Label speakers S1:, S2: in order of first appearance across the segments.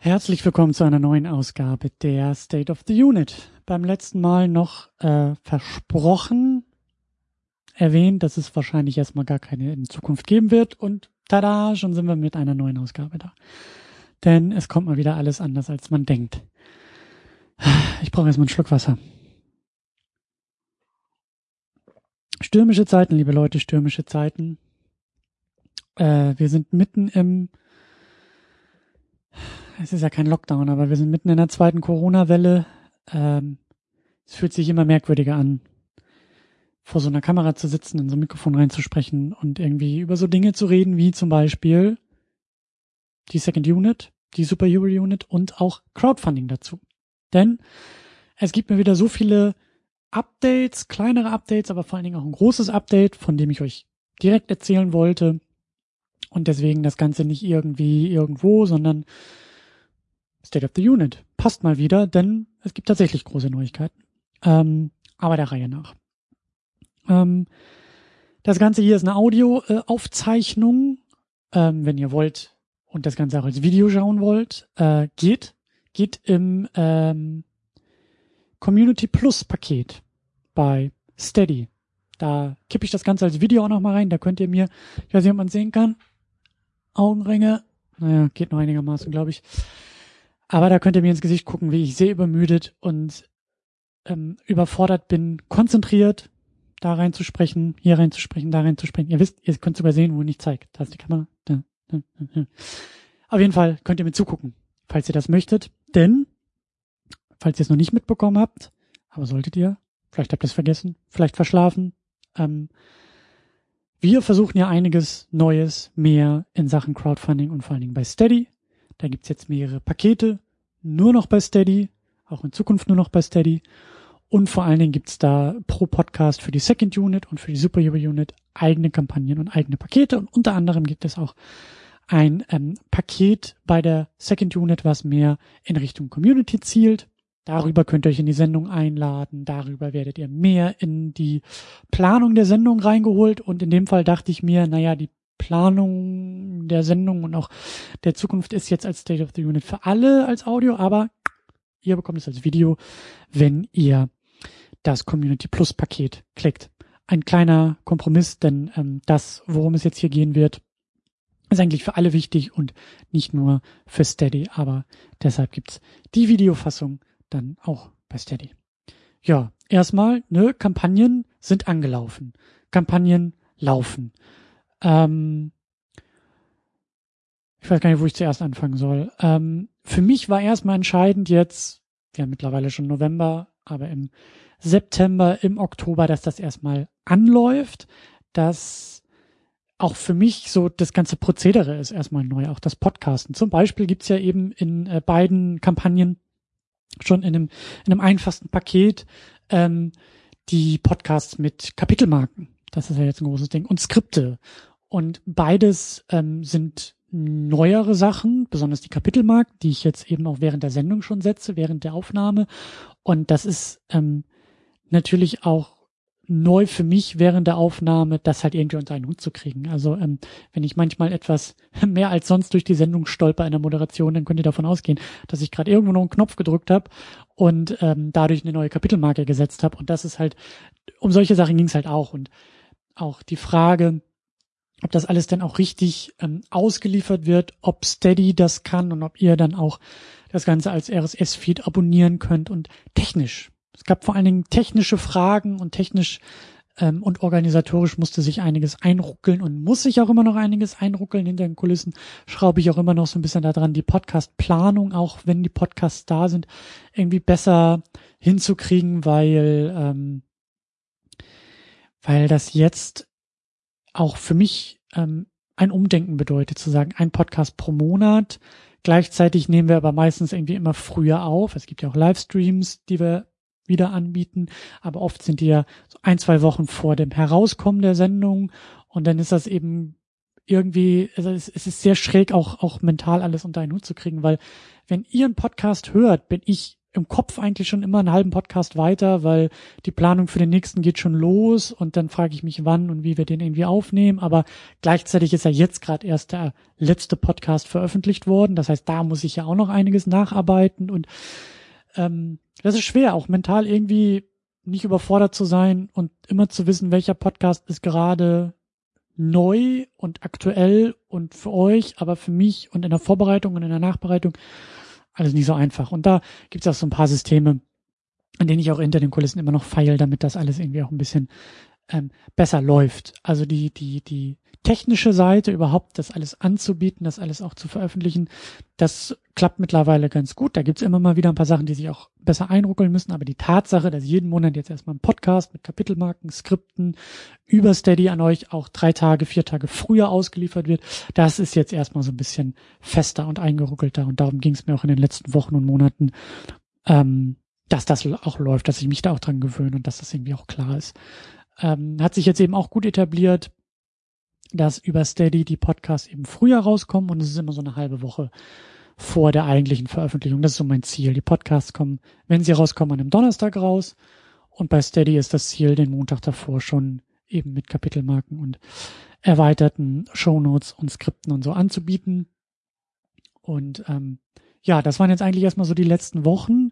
S1: Herzlich willkommen zu einer neuen Ausgabe der State of the Unit. Beim letzten Mal noch versprochen, erwähnt, dass es wahrscheinlich erstmal gar keine in Zukunft geben wird. Und tada, schon sind wir mit einer neuen Ausgabe da. Denn es kommt mal wieder alles anders, als man denkt. Ich brauche erstmal einen Schluck Wasser. Stürmische Zeiten, liebe Leute, stürmische Zeiten. Wir sind mitten es ist ja kein Lockdown, aber wir sind mitten in der zweiten Corona-Welle. Es fühlt sich immer merkwürdiger an, vor so einer Kamera zu sitzen, in so ein Mikrofon reinzusprechen und irgendwie über so Dinge zu reden, wie zum Beispiel die Second Unit, die Super Euro Unit und auch Crowdfunding dazu. Denn es gibt mir wieder so viele Updates, kleinere Updates, aber vor allen Dingen auch ein großes Update, von dem ich euch direkt erzählen wollte. Und deswegen das Ganze nicht irgendwie irgendwo, sondern State of the Unit. Passt mal wieder, denn es gibt tatsächlich große Neuigkeiten. Aber der Reihe nach. Das Ganze hier ist eine Audio-Aufzeichnung. Wenn ihr wollt und das Ganze auch als Video schauen wollt, geht im Community Plus Paket bei Steady. Da kippe ich das Ganze als Video auch noch mal rein. Da könnt ihr mir, ich weiß nicht, ob man sehen kann, Augenringe, naja, geht noch einigermaßen, glaube ich. Aber da könnt ihr mir ins Gesicht gucken, wie ich sehr übermüdet und überfordert bin, konzentriert da reinzusprechen, hier reinzusprechen, da reinzusprechen. Ihr wisst, ihr könnt sogar sehen, wo ich zeige. Da ist die Kamera. Da. Auf jeden Fall könnt ihr mir zugucken, falls ihr das möchtet. Denn, falls ihr es noch nicht mitbekommen habt, aber solltet ihr, vielleicht habt ihr es vergessen, vielleicht verschlafen, wir versuchen ja einiges Neues, mehr in Sachen Crowdfunding und vor allen Dingen bei Steady. Da gibt's jetzt mehrere Pakete, nur noch bei Steady, auch in Zukunft nur noch bei Steady. Und vor allen Dingen gibt's da pro Podcast für die Second Unit und für die Super Euro Unit eigene Kampagnen und eigene Pakete. Und unter anderem gibt es auch ein Paket bei der Second Unit, was mehr in Richtung Community zielt. Darüber könnt ihr euch in die Sendung einladen. Darüber werdet ihr mehr in die Planung der Sendung reingeholt. Und in dem Fall dachte ich mir, naja, die Planung der Sendung und auch der Zukunft ist jetzt als State of the Unit für alle als Audio, aber ihr bekommt es als Video, wenn ihr das Community Plus Paket klickt. Ein kleiner Kompromiss, denn das, worum es jetzt hier gehen wird, ist eigentlich für alle wichtig und nicht nur für Steady, aber deshalb gibt's die Videofassung dann auch bei Steady. Ja, erstmal, Kampagnen sind angelaufen. Kampagnen laufen. Ich weiß gar nicht, wo ich zuerst anfangen soll. Für mich war erstmal entscheidend jetzt, wir haben mittlerweile schon November, aber im September, im Oktober, dass das erstmal anläuft, dass auch für mich so das ganze Prozedere ist erstmal neu, auch das Podcasten. Zum Beispiel gibt's ja eben in beiden Kampagnen schon in einem einfachsten Paket die Podcasts mit Kapitelmarken. Das ist ja jetzt ein großes Ding. Und Skripte. Und beides sind neuere Sachen, besonders die Kapitelmarken, die ich jetzt eben auch während der Sendung schon setze, während der Aufnahme. Und das ist natürlich auch neu für mich während der Aufnahme, das halt irgendwie unter einen Hut zu kriegen. Also wenn ich manchmal etwas mehr als sonst durch die Sendung stolper in der Moderation, dann könnt ihr davon ausgehen, dass ich gerade irgendwo noch einen Knopf gedrückt habe und dadurch eine neue Kapitelmarke gesetzt habe. Und das ist halt, um solche Sachen ging es halt auch. Und auch die Frage, ob das alles dann auch richtig ausgeliefert wird, ob Steady das kann und ob ihr dann auch das Ganze als RSS-Feed abonnieren könnt und technisch. Es gab vor allen Dingen technische Fragen und technisch und organisatorisch musste sich einiges einruckeln und muss sich auch immer noch einiges einruckeln. Hinter den Kulissen schraube ich auch immer noch so ein bisschen daran, die Podcast-Planung, auch wenn die Podcasts da sind, irgendwie besser hinzukriegen, weil das jetzt auch für mich ein Umdenken bedeutet, zu sagen, ein Podcast pro Monat. Gleichzeitig nehmen wir aber meistens irgendwie immer früher auf. Es gibt ja auch Livestreams, die wir wieder anbieten, aber oft sind die ja so 1-2 Wochen vor dem Herauskommen der Sendung und dann ist das eben irgendwie, also es ist sehr schräg auch mental alles unter einen Hut zu kriegen, weil wenn ihr einen Podcast hört, bin ich im Kopf eigentlich schon immer einen halben Podcast weiter, weil die Planung für den nächsten geht schon los und dann frage ich mich, wann und wie wir den irgendwie aufnehmen. Aber gleichzeitig ist ja jetzt gerade erst der letzte Podcast veröffentlicht worden. Das heißt, da muss ich ja auch noch einiges nacharbeiten und das ist schwer, auch mental irgendwie nicht überfordert zu sein und immer zu wissen, welcher Podcast ist gerade neu und aktuell und für euch, aber für mich und in der Vorbereitung und in der Nachbereitung alles nicht so einfach. Und da gibt es auch so ein paar Systeme, an denen ich auch hinter den Kulissen immer noch feile, damit das alles irgendwie auch ein bisschen besser läuft. Also die technische Seite überhaupt, das alles anzubieten, das alles auch zu veröffentlichen, das klappt mittlerweile ganz gut. Da gibt's immer mal wieder ein paar Sachen, die sich auch besser einruckeln müssen. Aber die Tatsache, dass jeden Monat jetzt erstmal ein Podcast mit Kapitelmarken, Skripten über Steady an euch auch 3 Tage, 4 Tage früher ausgeliefert wird, das ist jetzt erstmal so ein bisschen fester und eingeruckelter. Und darum ging's mir auch in den letzten Wochen und Monaten, dass das auch läuft, dass ich mich da auch dran gewöhne und dass das irgendwie auch klar ist. Hat sich jetzt eben auch gut etabliert, dass über Steady die Podcasts eben früher rauskommen und es ist immer so eine halbe Woche vor der eigentlichen Veröffentlichung. Das ist so mein Ziel. Die Podcasts kommen, wenn sie rauskommen, an einem Donnerstag raus und bei Steady ist das Ziel, den Montag davor schon eben mit Kapitelmarken und erweiterten Shownotes und Skripten und so anzubieten. Und ja, das waren jetzt eigentlich erstmal so die letzten Wochen.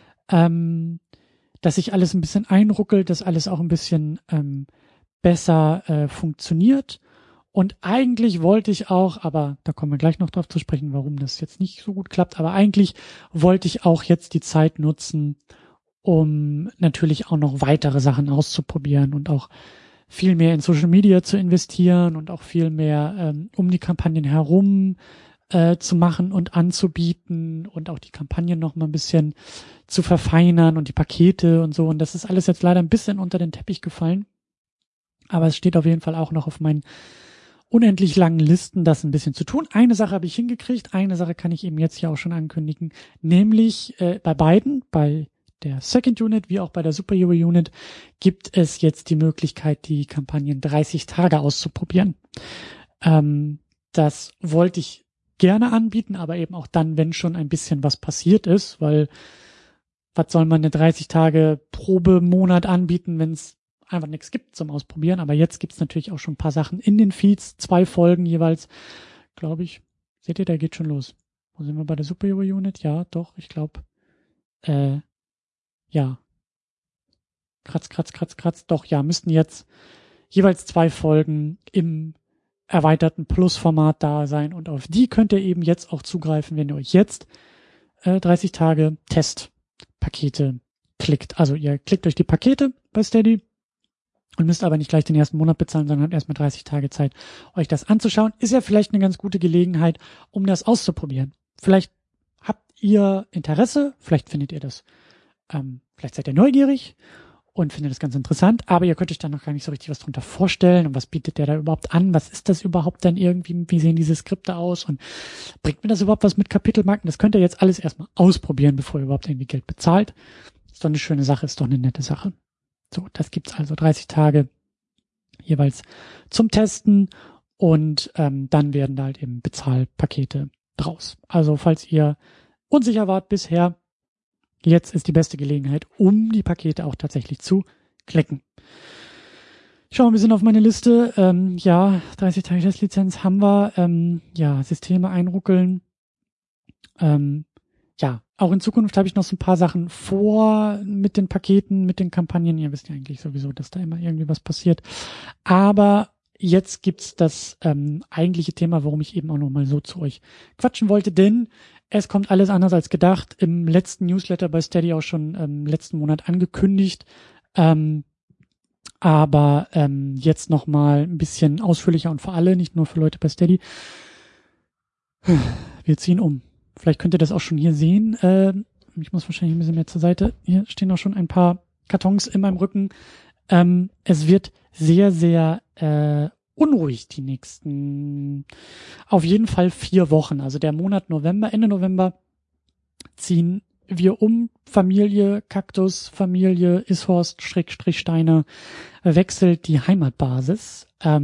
S1: Dass sich alles ein bisschen einruckelt, dass alles auch ein bisschen besser funktioniert. Und eigentlich wollte ich auch, aber da kommen wir gleich noch drauf zu sprechen, warum das jetzt nicht so gut klappt, aber eigentlich wollte ich auch jetzt die Zeit nutzen, um natürlich auch noch weitere Sachen auszuprobieren und auch viel mehr in Social Media zu investieren und auch viel mehr um die Kampagnen herum zu machen und anzubieten und auch die Kampagnen noch mal ein bisschen zu verfeinern und die Pakete und so. Und das ist alles jetzt leider ein bisschen unter den Teppich gefallen. Aber es steht auf jeden Fall auch noch auf meinen unendlich langen Listen, das ein bisschen zu tun. Eine Sache habe ich hingekriegt, eine Sache kann ich eben jetzt hier auch schon ankündigen, nämlich bei beiden, bei der Second Unit wie auch bei der Superhero Unit, gibt es jetzt die Möglichkeit, die Kampagnen 30 Tage auszuprobieren. Das wollte ich gerne anbieten, aber eben auch dann, wenn schon ein bisschen was passiert ist, weil was soll man eine 30 Tage Probemonat anbieten, wenn es einfach nichts gibt zum Ausprobieren. Aber jetzt gibt's natürlich auch schon ein paar Sachen in den Feeds, 2 Folgen jeweils, glaube ich. Seht ihr, da geht schon los. Wo sind wir bei der Superhero Unit? Ja, doch, ich glaube, ja. Kratz. Doch, ja, müssten jetzt jeweils 2 Folgen im erweiterten Plus-Format da sein und auf die könnt ihr eben jetzt auch zugreifen, wenn ihr euch jetzt 30 Tage Testpakete klickt. Also ihr klickt euch die Pakete bei Steady und müsst aber nicht gleich den ersten Monat bezahlen, sondern habt erstmal 30 Tage Zeit, euch das anzuschauen. Ist ja vielleicht eine ganz gute Gelegenheit, um das auszuprobieren. Vielleicht habt ihr Interesse, vielleicht findet ihr das, vielleicht seid ihr neugierig und findet das ganz interessant, aber ihr könnt euch da noch gar nicht so richtig was drunter vorstellen und was bietet der da überhaupt an, was ist das überhaupt dann irgendwie, wie sehen diese Skripte aus und bringt mir das überhaupt was mit Kapitelmarken? Das könnt ihr jetzt alles erstmal ausprobieren, bevor ihr überhaupt irgendwie Geld bezahlt. Ist doch eine schöne Sache, ist doch eine nette Sache. So, das gibt's also 30 Tage jeweils zum Testen und dann werden da halt eben Bezahlpakete draus. Also falls ihr unsicher wart bisher, jetzt ist die beste Gelegenheit, um die Pakete auch tatsächlich zu klicken. Ich schaue ein bisschen auf meine Liste. 30 Tage Testlizenz haben wir. Systeme einruckeln. Auch in Zukunft habe ich noch so ein paar Sachen vor mit den Paketen, mit den Kampagnen. Ihr wisst ja eigentlich sowieso, dass da immer irgendwie was passiert. Aber jetzt gibt's das eigentliche Thema, warum ich eben auch noch mal so zu euch quatschen wollte, denn es kommt alles anders als gedacht. Im letzten Newsletter bei Steady auch schon letzten Monat angekündigt. Aber jetzt noch mal ein bisschen ausführlicher und für alle, nicht nur für Leute bei Steady. Wir ziehen um. Vielleicht könnt ihr das auch schon hier sehen. Ich muss wahrscheinlich ein bisschen mehr zur Seite. Hier stehen auch schon ein paar Kartons in meinem Rücken. Es wird sehr, sehr unruhig die nächsten, auf jeden Fall 4 Wochen. Also der Monat November, Ende November ziehen wir um. Familie Kaktus, Familie Ishorst, Steiner wechselt die Heimatbasis. Da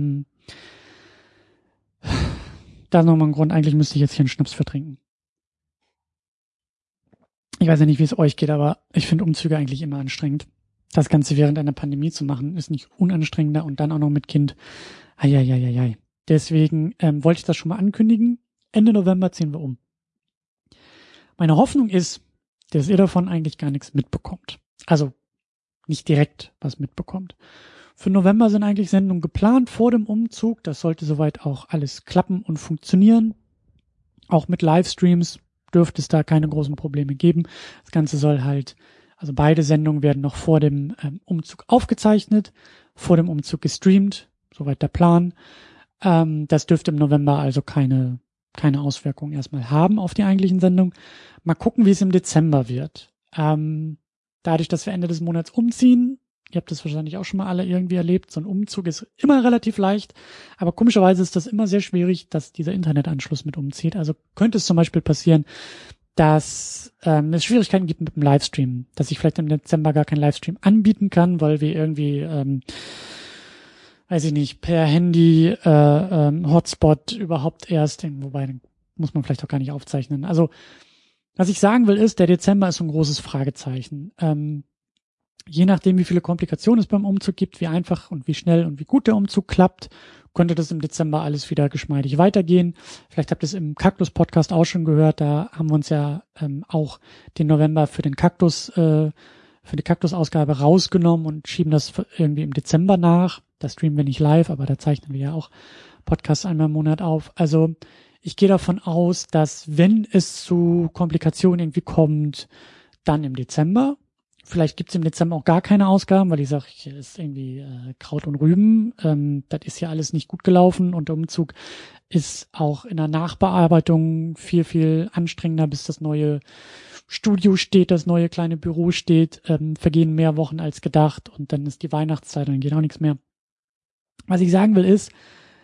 S1: ist nochmal ein Grund. Eigentlich müsste ich jetzt hier einen Schnaps für trinken. Ich weiß ja nicht, wie es euch geht, aber ich finde Umzüge eigentlich immer anstrengend. Das Ganze während einer Pandemie zu machen, ist nicht unanstrengender und dann auch noch mit Kind. Eieieiei. Deswegen wollte ich das schon mal ankündigen. Ende November ziehen wir um. Meine Hoffnung ist, dass ihr davon eigentlich gar nichts mitbekommt. Also nicht direkt was mitbekommt. Für November sind eigentlich Sendungen geplant vor dem Umzug. Das sollte soweit auch alles klappen und funktionieren. Auch mit Livestreams dürfte es da keine großen Probleme geben. Das Ganze soll halt, also beide Sendungen werden noch vor dem Umzug aufgezeichnet, vor dem Umzug gestreamt, soweit der Plan. Das dürfte im November also keine Auswirkungen erstmal haben auf die eigentlichen Sendungen. Mal gucken, wie es im Dezember wird. Dadurch, dass wir Ende des Monats umziehen, ihr habt das wahrscheinlich auch schon mal alle irgendwie erlebt, so ein Umzug ist immer relativ leicht, aber komischerweise ist das immer sehr schwierig, dass dieser Internetanschluss mit umzieht. Also könnte es zum Beispiel passieren, dass es Schwierigkeiten gibt mit dem Livestream, dass ich vielleicht im Dezember gar keinen Livestream anbieten kann, weil wir irgendwie, weiß ich nicht, per Handy Hotspot überhaupt erst, wobei dann muss man vielleicht auch gar nicht aufzeichnen. Also was ich sagen will ist, der Dezember ist so ein großes Fragezeichen. Je nachdem, wie viele Komplikationen es beim Umzug gibt, wie einfach und wie schnell und wie gut der Umzug klappt, könnte das im Dezember alles wieder geschmeidig weitergehen. Vielleicht habt ihr es im Kaktus-Podcast auch schon gehört, da haben wir uns ja auch den November für den Kaktus, für die Kaktus-Ausgabe rausgenommen und schieben das irgendwie im Dezember nach. Da streamen wir nicht live, aber da zeichnen wir ja auch Podcasts einmal im Monat auf. Also ich gehe davon aus, dass wenn es zu Komplikationen irgendwie kommt, dann im Dezember. Vielleicht gibt es im Dezember auch gar keine Ausgaben, weil ich sage, hier ist irgendwie Kraut und Rüben. Das ist ja alles nicht gut gelaufen und der Umzug ist auch in der Nachbearbeitung viel, viel anstrengender, bis das neue Studio steht, das neue kleine Büro steht. Vergehen mehr Wochen als gedacht und dann ist die Weihnachtszeit und dann geht auch nichts mehr. Was ich sagen will ist,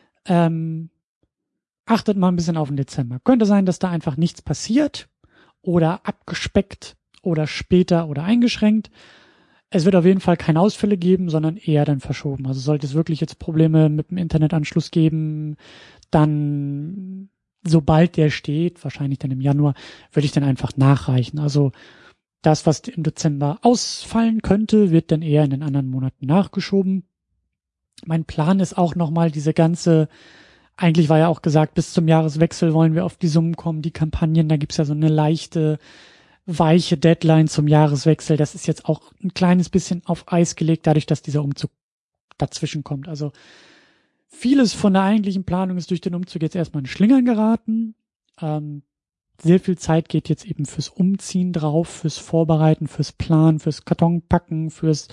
S1: achtet mal ein bisschen auf den Dezember. Könnte sein, dass da einfach nichts passiert oder abgespeckt oder später oder eingeschränkt. Es wird auf jeden Fall keine Ausfälle geben, sondern eher dann verschoben. Also sollte es wirklich jetzt Probleme mit dem Internetanschluss geben, dann, sobald der steht, wahrscheinlich dann im Januar, würde ich dann einfach nachreichen. Also das, was im Dezember ausfallen könnte, wird dann eher in den anderen Monaten nachgeschoben. Mein Plan ist auch nochmal diese ganze, eigentlich war ja auch gesagt, bis zum Jahreswechsel wollen wir auf die Summen kommen, die Kampagnen, da gibt's ja so eine leichte, weiche Deadline zum Jahreswechsel. Das ist jetzt auch ein kleines bisschen auf Eis gelegt, dadurch, dass dieser Umzug dazwischen kommt. Also vieles von der eigentlichen Planung ist durch den Umzug jetzt erstmal in Schlingern geraten. Sehr viel Zeit geht jetzt eben fürs Umziehen drauf, fürs Vorbereiten, fürs Planen, fürs Kartonpacken, fürs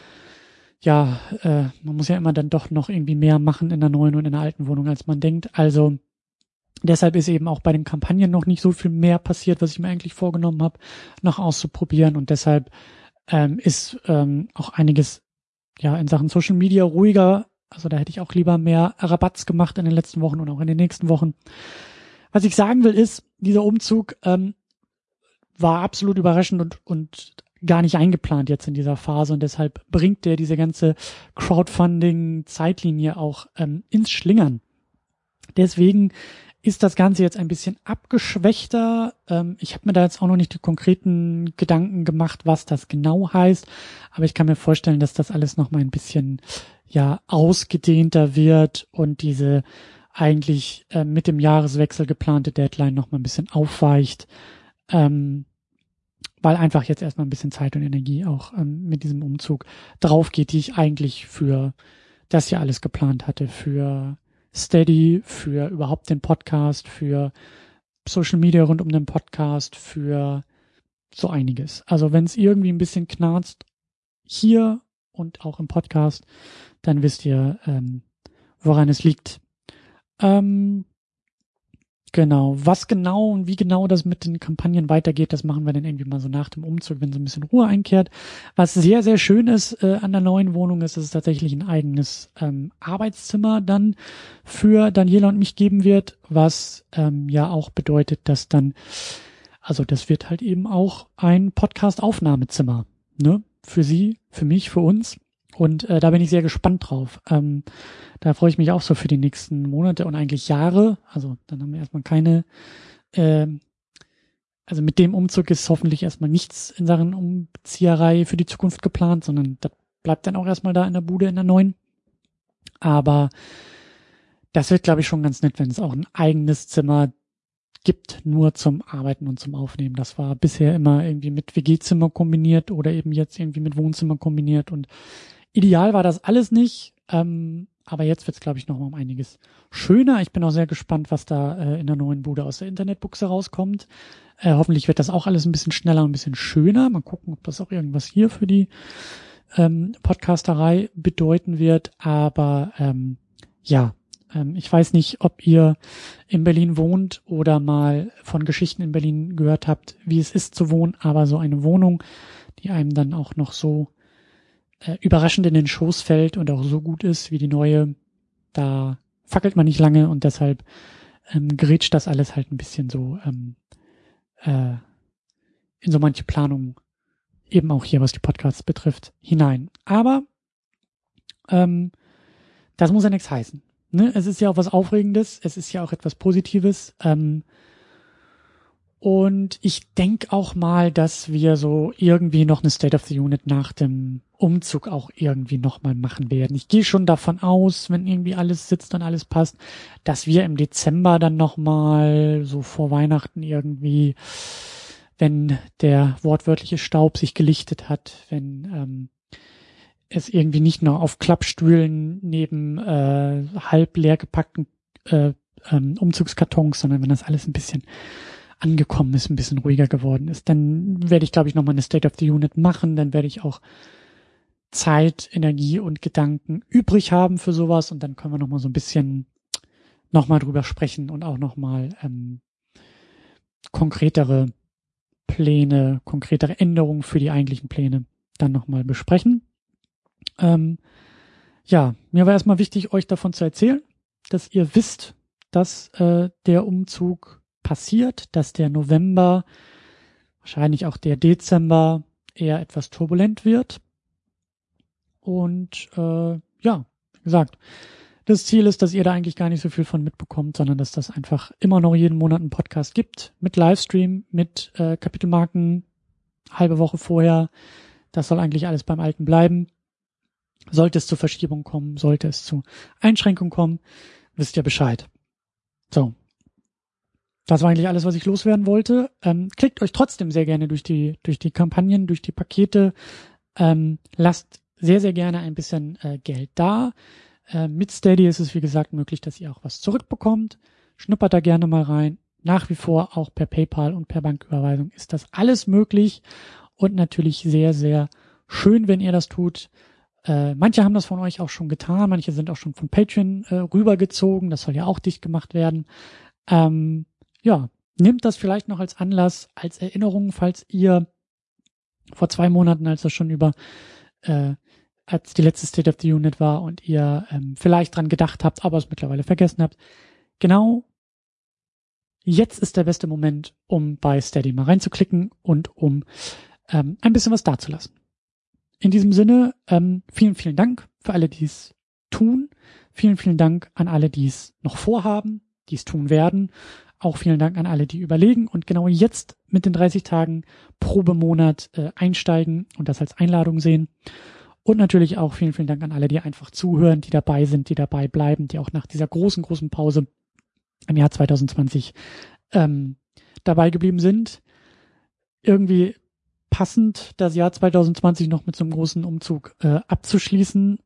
S1: man muss ja immer dann doch noch irgendwie mehr machen in der neuen und in der alten Wohnung, als man denkt. Also deshalb ist eben auch bei den Kampagnen noch nicht so viel mehr passiert, was ich mir eigentlich vorgenommen habe, noch auszuprobieren. Und deshalb ist auch einiges in Sachen Social Media ruhiger. Also da hätte ich auch lieber mehr Rabatts gemacht in den letzten Wochen und auch in den nächsten Wochen. Was ich sagen will ist, dieser Umzug war absolut überraschend und gar nicht eingeplant jetzt in dieser Phase und deshalb bringt der diese ganze Crowdfunding-Zeitlinie auch ins Schlingern. Deswegen ist das Ganze jetzt ein bisschen abgeschwächter. Ich habe mir da jetzt auch noch nicht die konkreten Gedanken gemacht, was das genau heißt, aber ich kann mir vorstellen, dass das alles noch mal ein bisschen ausgedehnter wird und diese eigentlich mit dem Jahreswechsel geplante Deadline noch mal ein bisschen aufweicht. Weil einfach jetzt erstmal ein bisschen Zeit und Energie auch mit diesem Umzug drauf geht, die ich eigentlich für das hier alles geplant hatte, für Steady, für überhaupt den Podcast, für Social Media rund um den Podcast, für so einiges. Also wenn es irgendwie ein bisschen knarzt hier und auch im Podcast, dann wisst ihr, woran es liegt. Genau, was genau und wie genau das mit den Kampagnen weitergeht, das machen wir dann irgendwie mal so nach dem Umzug, wenn so ein bisschen Ruhe einkehrt. Was sehr, sehr schön ist an der neuen Wohnung ist, dass es tatsächlich ein eigenes Arbeitszimmer dann für Daniela und mich geben wird, was auch bedeutet, dass dann, also das wird halt eben auch ein Podcast-Aufnahmezimmer, ne? Für sie, für mich, für uns. Und da bin ich sehr gespannt drauf. Da freue ich mich auch so für die nächsten Monate und eigentlich Jahre. Also dann haben wir erstmal keine also mit dem Umzug ist hoffentlich erstmal nichts in Sachen Umzieherei für die Zukunft geplant, sondern das bleibt dann auch erstmal da in der Bude in der neuen. Aber das wird, glaube ich, schon ganz nett, wenn es auch ein eigenes Zimmer gibt, nur zum Arbeiten und zum Aufnehmen. Das war bisher immer irgendwie mit WG-Zimmer kombiniert oder eben jetzt irgendwie mit Wohnzimmer kombiniert und ideal war das alles nicht, aber jetzt wird es, glaube ich, noch mal um einiges schöner. Ich bin auch sehr gespannt, was da in der neuen Bude aus der Internetbuchse rauskommt. Hoffentlich wird das auch alles ein bisschen schneller und ein bisschen schöner. Mal gucken, ob das auch irgendwas hier für die Podcasterei bedeuten wird. Aber ich weiß nicht, ob ihr in Berlin wohnt oder mal von Geschichten in Berlin gehört habt, wie es ist zu wohnen, aber so eine Wohnung, die einem dann auch noch so überraschend in den Schoß fällt und auch so gut ist wie die neue, da fackelt man nicht lange und deshalb grätscht das alles halt ein bisschen so in so manche Planungen, eben auch hier, was die Podcasts betrifft, hinein. Aber das muss ja nichts heißen. Ne? Es ist ja auch was Aufregendes, es ist ja auch etwas Positives. Und ich denke auch mal, dass wir so irgendwie noch eine State of the Unit nach dem Umzug auch irgendwie nochmal machen werden. Ich gehe schon davon aus, wenn irgendwie alles sitzt und alles passt, dass wir im Dezember dann nochmal so vor Weihnachten irgendwie, wenn der wortwörtliche Staub sich gelichtet hat, wenn es irgendwie nicht nur auf Klappstühlen neben halb leer gepackten Umzugskartons, sondern wenn das alles ein bisschen angekommen ist, ein bisschen ruhiger geworden ist, dann werde ich, glaube ich, nochmal eine State of the Unit machen, dann werde ich auch Zeit, Energie und Gedanken übrig haben für sowas und dann können wir nochmal so ein bisschen nochmal drüber sprechen und auch nochmal konkretere Pläne, konkretere Änderungen für die eigentlichen Pläne dann nochmal besprechen. Mir war erstmal wichtig, euch davon zu erzählen, dass ihr wisst, dass der Umzug passiert, dass der November, wahrscheinlich auch der Dezember eher etwas turbulent wird. Und wie gesagt, das Ziel ist, dass ihr da eigentlich gar nicht so viel von mitbekommt, sondern dass das einfach immer noch jeden Monat einen Podcast gibt, mit Livestream, mit Kapitelmarken, halbe Woche vorher. Das soll eigentlich alles beim Alten bleiben. Sollte es zu Verschiebung kommen, sollte es zu Einschränkungen kommen, wisst ihr Bescheid. So. Das war eigentlich alles, was ich loswerden wollte. Klickt euch trotzdem sehr gerne durch die Kampagnen, durch die Pakete. Lasst sehr, sehr gerne ein bisschen Geld da. Mit Steady ist es, wie gesagt, möglich, dass ihr auch was zurückbekommt. Schnuppert da gerne mal rein. Nach wie vor auch per PayPal und per Banküberweisung ist das alles möglich. Und natürlich sehr, sehr schön, wenn ihr das tut. Manche haben das von euch auch schon getan. Manche sind auch schon von Patreon rübergezogen. Das soll ja auch dicht gemacht werden. Nehmt das vielleicht noch als Anlass, als Erinnerung, falls ihr vor 2 Monaten, als das schon als die letzte State of the Unit war und ihr vielleicht dran gedacht habt, aber es mittlerweile vergessen habt. Genau jetzt ist der beste Moment, um bei Steady mal reinzuklicken und um ein bisschen was dazulassen. In diesem Sinne, vielen, vielen Dank für alle, die es tun. Vielen, vielen Dank an alle, die es noch vorhaben, die es tun werden. Auch vielen Dank an alle, die überlegen und genau jetzt mit den 30 Tagen Probemonat einsteigen und das als Einladung sehen. Und natürlich auch vielen, vielen Dank an alle, die einfach zuhören, die dabei sind, die dabei bleiben, die auch nach dieser großen, großen Pause im Jahr 2020 dabei geblieben sind. Irgendwie passend, das Jahr 2020 noch mit so einem großen Umzug abzuschließen.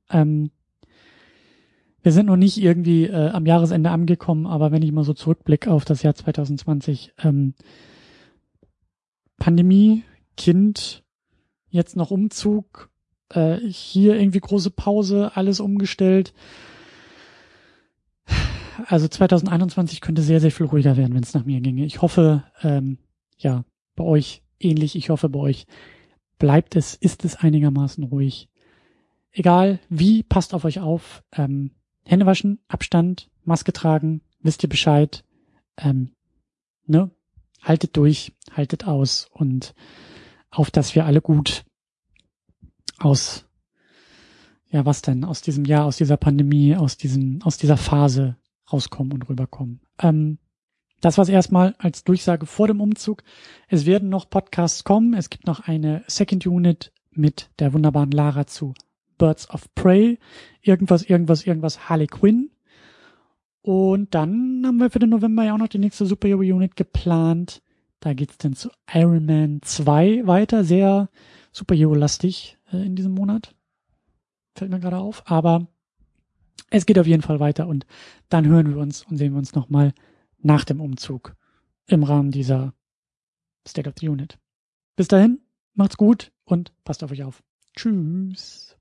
S1: Wir sind noch nicht irgendwie am Jahresende angekommen, aber wenn ich mal so zurückblicke auf das Jahr 2020, Pandemie, Kind, jetzt noch Umzug, hier irgendwie große Pause, alles umgestellt. Also 2021 könnte sehr, sehr viel ruhiger werden, wenn es nach mir ginge. Ich hoffe, bei euch ähnlich. Ich hoffe, bei euch ist es einigermaßen ruhig. Egal wie, passt auf euch auf. Hände waschen, Abstand, Maske tragen, wisst ihr Bescheid. Haltet durch, haltet aus und auf, dass wir alle gut aus diesem Jahr, aus dieser Pandemie, aus dieser Phase rauskommen und rüberkommen. Das war's erstmal als Durchsage vor dem Umzug. Es werden noch Podcasts kommen. Es gibt noch eine Second Unit mit der wunderbaren Lara zu Birds of Prey. Irgendwas Harley Quinn. Und dann haben wir für den November ja auch noch die nächste Superhero-Unit geplant. Da geht's dann zu Iron Man 2 weiter. Sehr Superhero-lastig in diesem Monat. Fällt mir gerade auf. Aber es geht auf jeden Fall weiter. Und dann hören wir uns und sehen wir uns nochmal nach dem Umzug im Rahmen dieser State of the Unit. Bis dahin, macht's gut und passt auf euch auf. Tschüss.